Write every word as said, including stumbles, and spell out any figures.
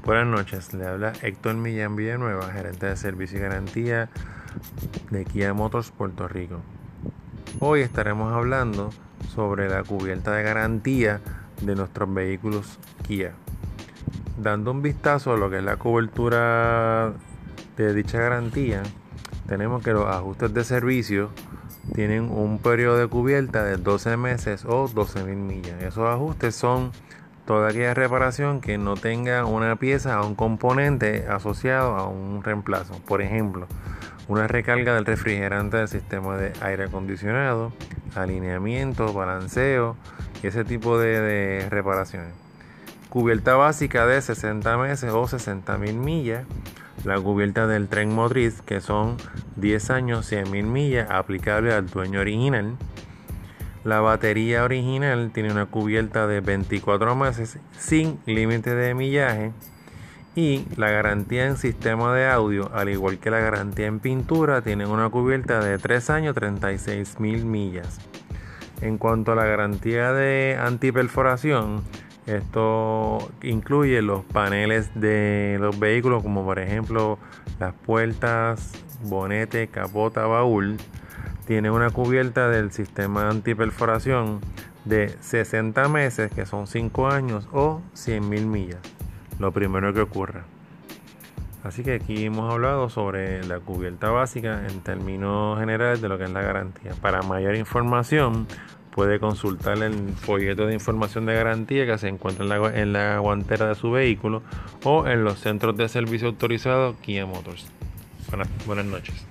Buenas noches, le habla Héctor Millán Villanueva, gerente de servicio y garantía de Kia Motors Puerto Rico. Hoy estaremos hablando sobre la cubierta de garantía de nuestros vehículos Kia. Dando un vistazo a lo que es la cobertura de dicha garantía, tenemos que los ajustes de servicio tienen un periodo de cubierta de doce meses o doce mil millas. Esos ajustes son toda aquella reparación que no tenga una pieza o un componente asociado a un reemplazo. Por ejemplo, una recarga del refrigerante del sistema de aire acondicionado, alineamiento, balanceo y ese tipo de, de reparaciones. Cubierta básica de sesenta meses o sesenta mil millas. La cubierta del tren motriz, que son diez años, cien mil millas, aplicable al dueño original. La batería original tiene una cubierta de veinticuatro meses sin límite de millaje. Y la garantía en sistema de audio, al igual que la garantía en pintura, tiene una cubierta de tres años, treinta y seis mil millas. En cuanto a la garantía de antiperforación, esto incluye los paneles de los vehículos, como por ejemplo las puertas, bonete, capota, baúl. Tiene una cubierta del sistema antiperforación de sesenta meses, que son cinco años, o cien mil millas, lo primero que ocurra. Así que aquí hemos hablado sobre la cubierta básica en términos generales de lo que es la garantía. Para mayor información, puede consultar el folleto de información de garantía que se encuentra en la, en la guantera de su vehículo o en los centros de servicio autorizados Kia Motors. Buenas, buenas noches.